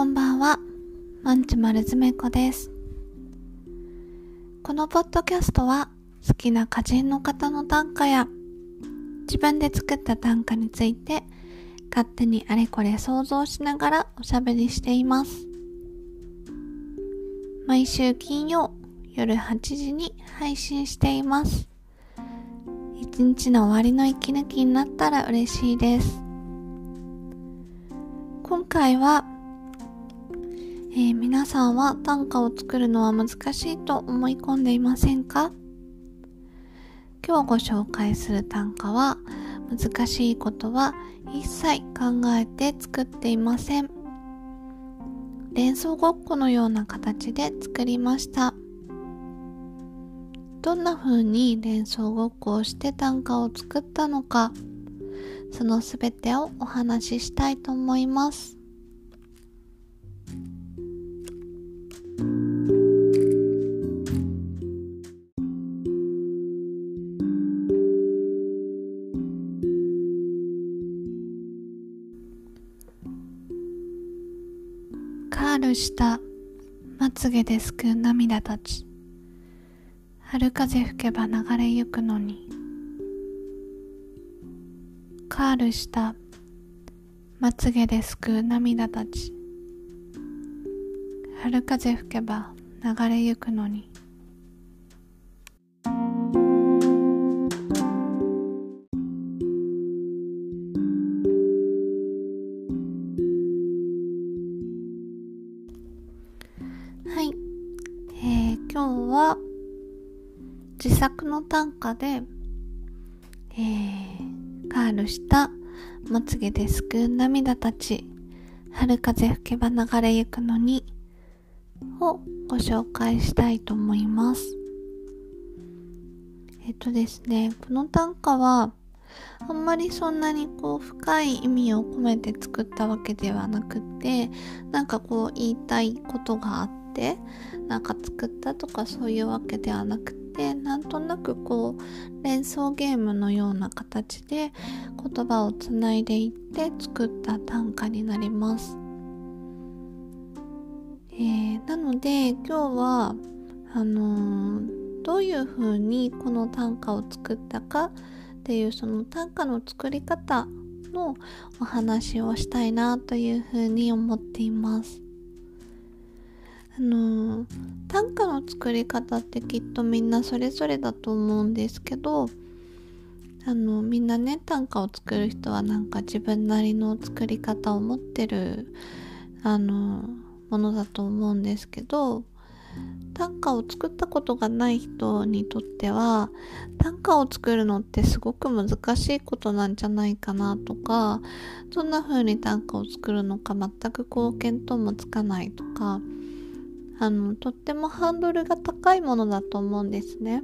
んばんは、まんちまるずめこです。このポッドキャストは好きな歌人の方の短歌や自分で作った短歌について勝手にあれこれ想像しながらおしゃべりしています。毎週金曜夜8時に配信しています。一日の終わりの息抜きになったら嬉しいです。今回は、皆さんは短歌を作るのは難しいと思い込んでいませんか？今日ご紹介する短歌は難しいことは一切考えて作っていません。連想ごっこのような形で作りました。どんな風に連想ごっこをして短歌を作ったのか、そのすべてをお話ししたいと思います。カールしたまつげですくう涙たち、春風吹けば流れゆくのに。カールしたまつげですくう涙たち、春風吹けば流れゆくのに。はい、今日は自作の短歌で、カールしたまつげですくう涙たち、春風吹けば流れゆくのにをご紹介したいと思います。ですね、この短歌はあんまりそんなに深い意味を込めて作ったわけではなくて、言いたいことがあって作ったとかそういうわけではなくて、なんとなく連想ゲームのような形で言葉をつないでいって作った短歌になります。なので今日はどういうふうにこの短歌を作ったかっていうその短歌の作り方のお話をしたいなというふうに思っています。短歌の作り方ってきっとみんなそれぞれだと思うんですけど、みんなね、短歌を作る人は自分なりの作り方を持ってるものだと思うんですけど、短歌を作ったことがない人にとっては短歌を作るのってすごく難しいことなんじゃないかなとか、どんな風に短歌を作るのか全く見当もつかないとか、とってもハードルが高いものだと思うんですね。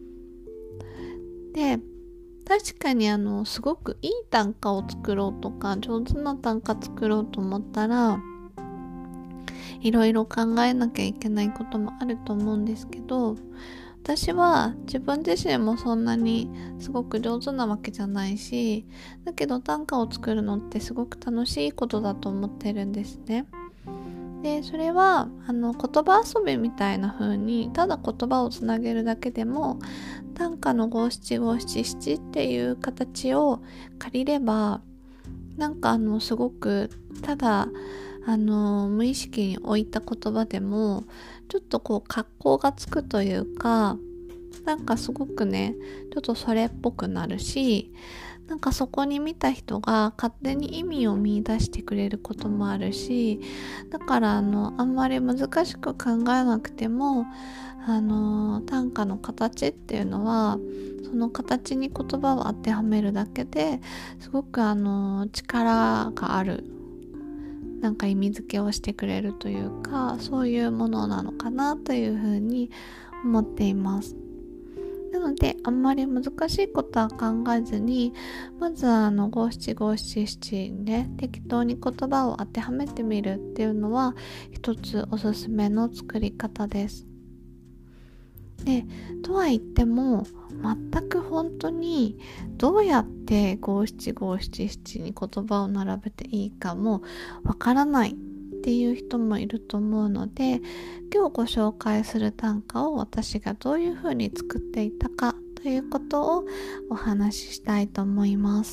で、確かにすごくいい短歌を作ろうとか上手な短歌作ろうと思ったらいろいろ考えなきゃいけないこともあると思うんですけど、私は自分自身もそんなにすごく上手なわけじゃないし、だけど短歌を作るのってすごく楽しいことだと思ってるんですね。で、それは言葉遊びみたいな風にただ言葉をつなげるだけでも短歌の五七五七七っていう形を借りればすごくただ無意識に置いた言葉でもちょっと格好がつくというか、すごくねちょっとそれっぽくなるし、そこに見た人が勝手に意味を見出してくれることもあるし、だからあんまり難しく考えなくても短歌の形っていうのはその形に言葉を当てはめるだけですごく力がある意味付けをしてくれるというか、そういうものなのかなというふうに思っています。なのであんまり難しいことは考えずに、まず五七五七七で適当に言葉を当てはめてみるっていうのは一つおすすめの作り方です。で、とは言っても全く本当にどうやって五七五七七に言葉を並べていいかもわからないっっていう人もいると思うので、今日ご紹介する短歌を私がどういうふうに作っていたかということをお話ししたいと思います。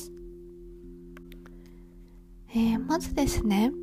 まずですね、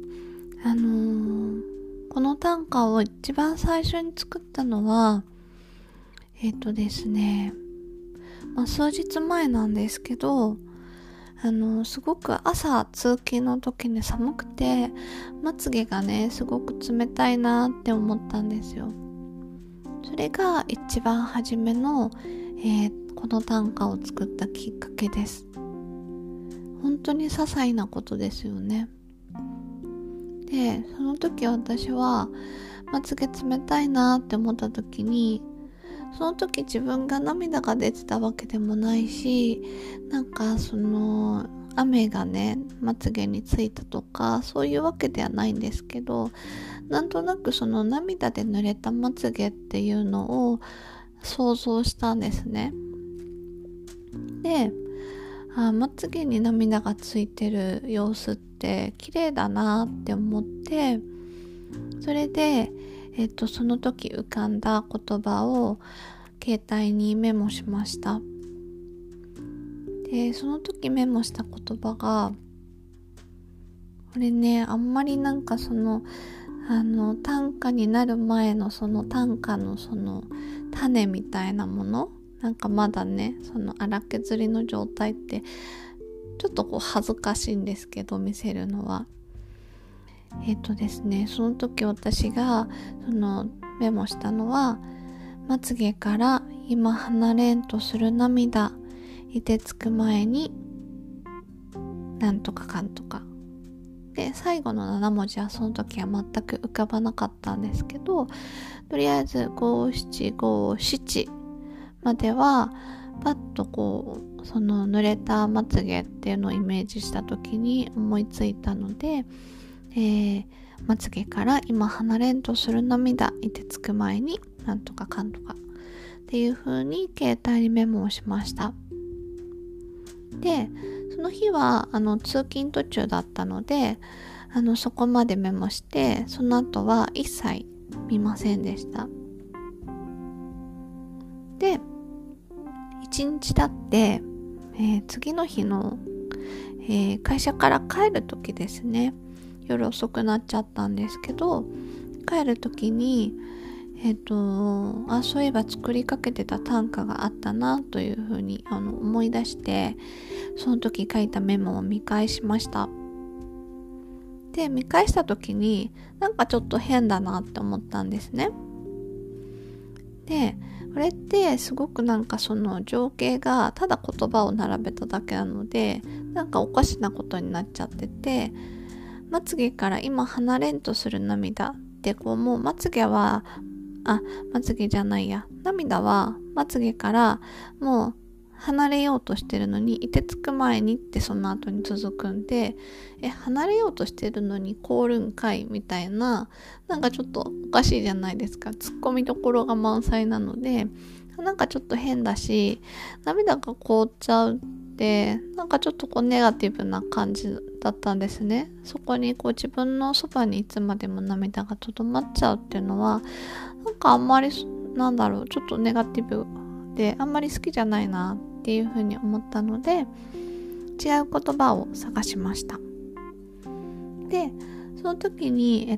この短歌を一番最初に作ったのはですね、数日前なんですけど、すごく朝通勤の時に寒くて、まつげがねすごく冷たいなって思ったんですよ。それが一番初めの、この短歌を作ったきっかけです。本当に些細なことですよね。で、その時私はまつげ冷たいなって思った時に、その時自分が涙が出てたわけでもないし、なんかその雨がねまつげについたとかそういうわけではないんですけど、なんとなくその涙で濡れたまつげっていうのを想像したんですね。で、まつげに涙がついてる様子って綺麗だなって思って、それでその時浮かんだ言葉を携帯にメモしました。で、その時メモした言葉が、これね、あんまりなんかその短歌になる前のその短歌のその種みたいなもの、なんかまだねその荒削りの状態ってちょっとこう恥ずかしいんですけど見せるのは、ですね、その時私がそのメモしたのは、まつげから今離れんとする涙、いてつく前になんとかかんとかで、最後の7文字はその時は全く浮かばなかったんですけど、とりあえず五七五七まではパッとこうその濡れたまつげっていうのをイメージした時に思いついたので、まつげから今離れんとする涙、いてつく前になんとかかんとかっていう風に携帯にメモをしました。で、その日は通勤途中だったのでそこまでメモして、その後は一切見ませんでした。で、一日経って、次の日の、会社から帰る時ですね、夜遅くなっちゃったんですけど、帰る時にそういえば作りかけてた短歌があったなというふうに思い出して、その時書いたメモを見返しました。で、見返した時になんかちょっと変だなって思ったんですね。で、これってすごくなんかその情景がただ言葉を並べただけなので、なんかおかしなことになっちゃってて、まつげから今離れんとする涙ってこう、もうまつげはまつげじゃないや、涙はまつげからもう離れようとしてるのに、いてつく前にってその後に続くんで、離れようとしてるのに凍るんかいみたいな、なんかちょっとおかしいじゃないですか。ツッコミどころが満載なので、なんかちょっと変だし、涙が凍っちゃうってなんかちょっとこうネガティブな感じだったんですね。そこにこう自分のそばにいつまでも涙がとどまっちゃうっていうのは、なんかあんまりちょっとネガティブであんまり好きじゃないなっていうふうに思ったので、違う言葉を探しました。で、その時に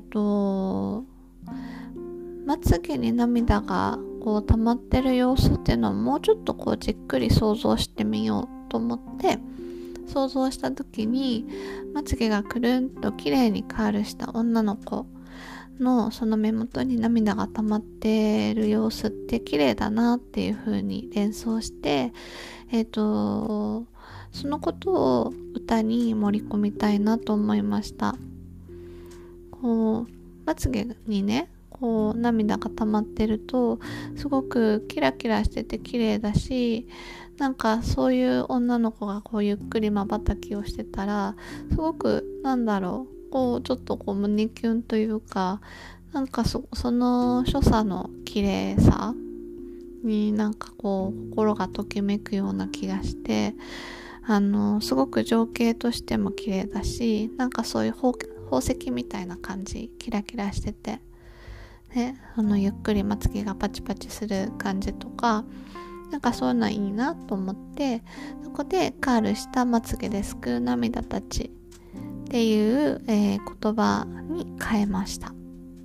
まつげに涙がこう溜まってる様子っていうのをもうちょっとこうじっくり想像してみようと思って想像した時に、まつげがくるんと綺麗にカールした女の子のその目元に涙が溜まってる様子って綺麗だなっていう風に連想して、そのことを歌に盛り込みたいなと思いました。こうまつげにねこう涙が溜まってるとすごくキラキラしてて綺麗だし、なんかそういう女の子がこうゆっくり瞬きをしてたらすごくこうちょっとこう胸キュンというか、なんかその所作の綺麗さになんかこう心がときめくような気がして、すごく情景としても綺麗だし、なんかそういう宝石みたいな感じ、キラキラしててね、ゆっくりまつげがパチパチする感じとか、なんかそういうのいいなと思って、そこでカールしたまつげですくう涙たちっていう、言葉に変えました。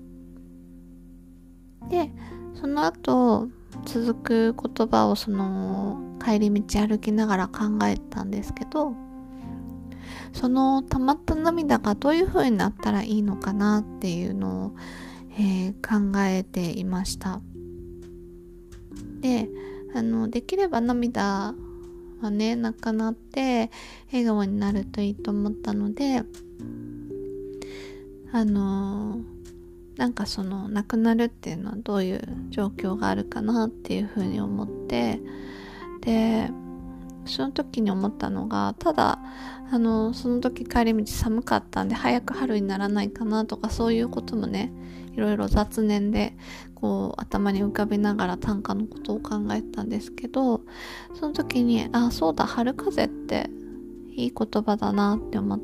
でその後続く言葉を帰り道歩きながら考えたんですけど、その溜まった涙がどういう風になったらいいのかなっていうのを、考えていました。でできれば涙はねなくなって笑顔になるといいと思ったので、なんかなくなるっていうのはどういう状況があるかなっていうふうに思って、でその時に思ったのが、ただその時帰り道寒かったんで早く春にならないかなとか、そういうこともねいろいろ雑念でこう頭に浮かべながら短歌のことを考えたんですけど、その時にそうだ、春風っていい言葉だなって思って、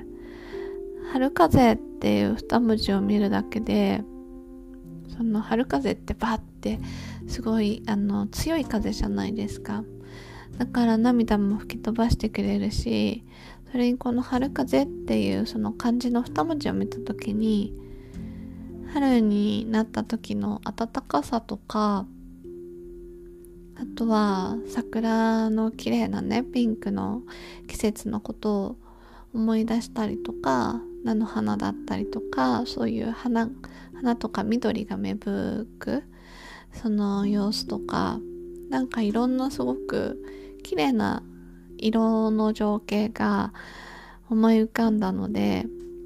春風っていう二文字を見るだけで、その春風ってバッてすごい強い風じゃないですか。だから涙も吹き飛ばしてくれるし、それにこの春風っていうその漢字の二文字を見た時に、春になった時の暖かさとか、あとは桜の綺麗なねピンクの季節のことを思い出したりとか、菜の花だったりとか、そういう花とか緑が芽吹くその様子とか、なんかいろんなすごく綺麗な色の情景が思い浮かんだので、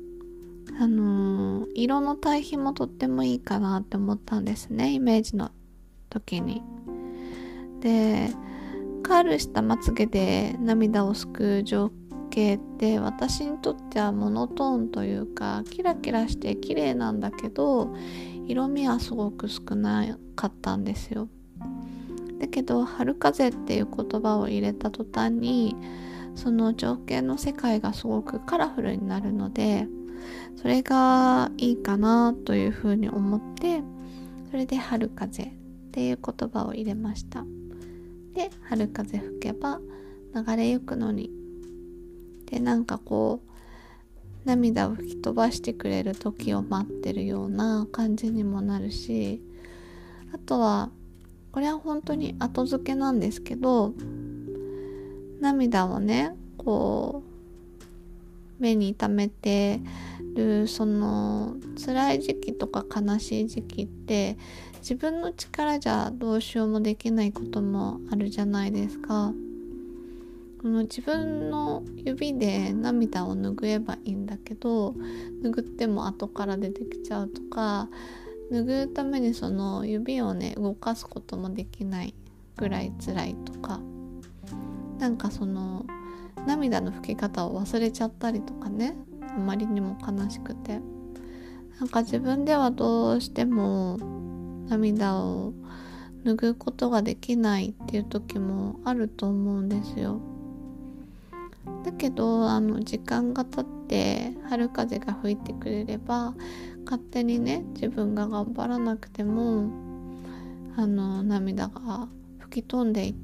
色の対比もとってもいいかなって思ったんですね、イメージの時に。でカールしたまつげで涙をすくう情景って私にとってはモノトーンというか、キラキラして綺麗なんだけど色味はすごく少なかったんですよ。だけど春風っていう言葉を入れた途端に、その情景の世界がすごくカラフルになるので、それがいいかなというふうに思って、それで春風っていう言葉を入れました。で春風吹けば流れゆくのに、でなんかこう涙を吹き飛ばしてくれる時を待ってるような感じにもなるし、あとはこれは本当に後付けなんですけど、涙をねこう目に溜めてるその辛い時期とか悲しい時期って、自分の力じゃどうしようもできないこともあるじゃないですか。この自分の指で涙を拭えばいいんだけど、拭っても後から出てきちゃうとか、拭うためにその指をね動かすこともできないぐらい辛いとか、なんかその涙の拭き方を忘れちゃったりとかね、あまりにも悲しくて、なんか自分ではどうしても涙を拭うことができないっていう時もあると思うんですよ。だけど時間が経って春風が吹いてくれれば、勝手にね自分が頑張らなくても涙が吹き飛んでいって、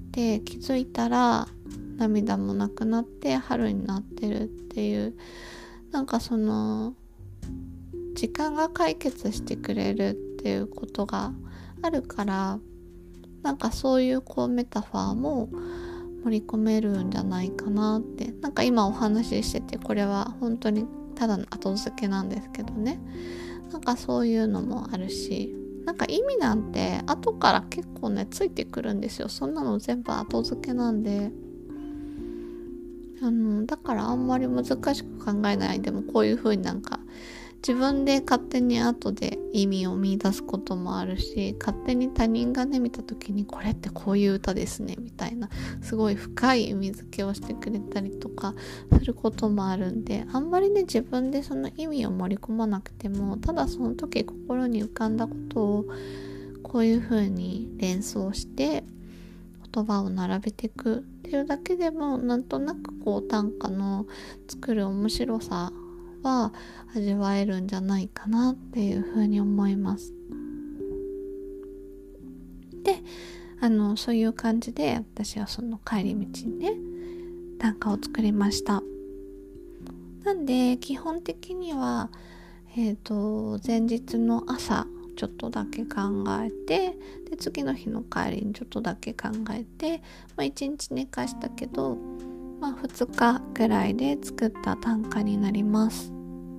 気づいたら涙もなくなって春になってるっていう、なんかその時間が解決してくれるっていうことがあるから、なんかそういうメタファーも盛り込めるんじゃないかなって、なんか今お話ししてて、これは本当にただの後付けなんですけどね、なんかそういうのもあるし、なんか意味なんて後から結構ねついてくるんですよ。そんなの全部後付けなんで、だからあんまり難しく考えないでも、こういう風になんか自分で勝手に後で意味を見出すこともあるし、勝手に他人がね見た時に、これってこういう歌ですねみたいなすごい深い意味付けをしてくれたりとかすることもあるんで、あんまりね自分でその意味を盛り込まなくても、ただその時心に浮かんだことをこういう風に連想して言葉を並べていくっていうだけでも、なんとなく短歌の作る面白さは味わえるんじゃないかなっていうふうに思います。で、そういう感じで私はその帰り道にね短歌を作りました。なんで基本的には前日の朝ちょっとだけ考えて、で次の日の帰りにちょっとだけ考えて、1日寝かしたけど、2日ぐらいで作った短歌になります。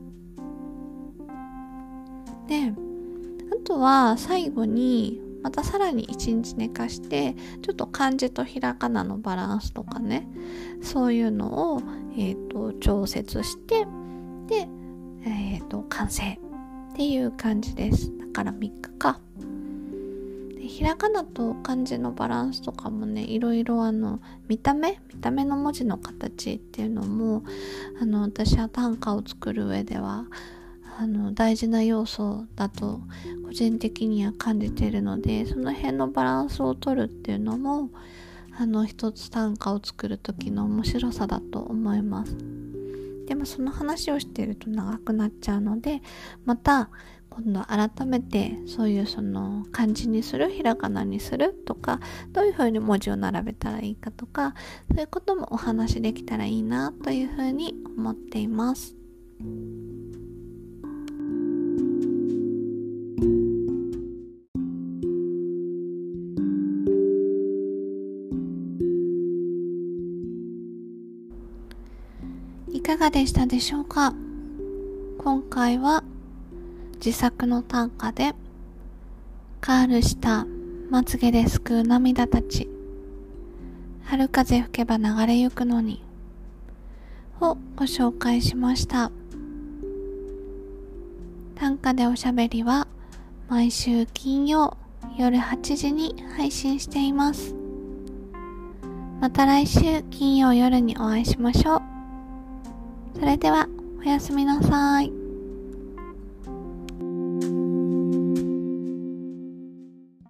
で、あとは最後にまたさらに1日寝かして、ちょっと漢字とひらがなのバランスとかね、そういうのを、調節して、で、完成っていう感じです。だから3日か。でひらがなと漢字のバランスとかもね、いろいろ見た目の文字の形っていうのも私は短歌を作る上では大事な要素だと個人的には感じているので、その辺のバランスを取るっていうのも一つ短歌を作る時の面白さだと思います。でもその話をしていると長くなっちゃうので、また今度改めてそういうその漢字にする、ひらがなにするとか、どういう風に文字を並べたらいいかとか、そういうこともお話できたらいいなという風に思っています。いかがでしたでしょうか。今回は自作の短歌でカールしたまつげですくう涙たち、春風吹けば流れゆくのにをご紹介しました。短歌でおしゃべりは毎週金曜夜8時に配信しています。また来週金曜夜にお会いしましょう。それではおやすみなさい。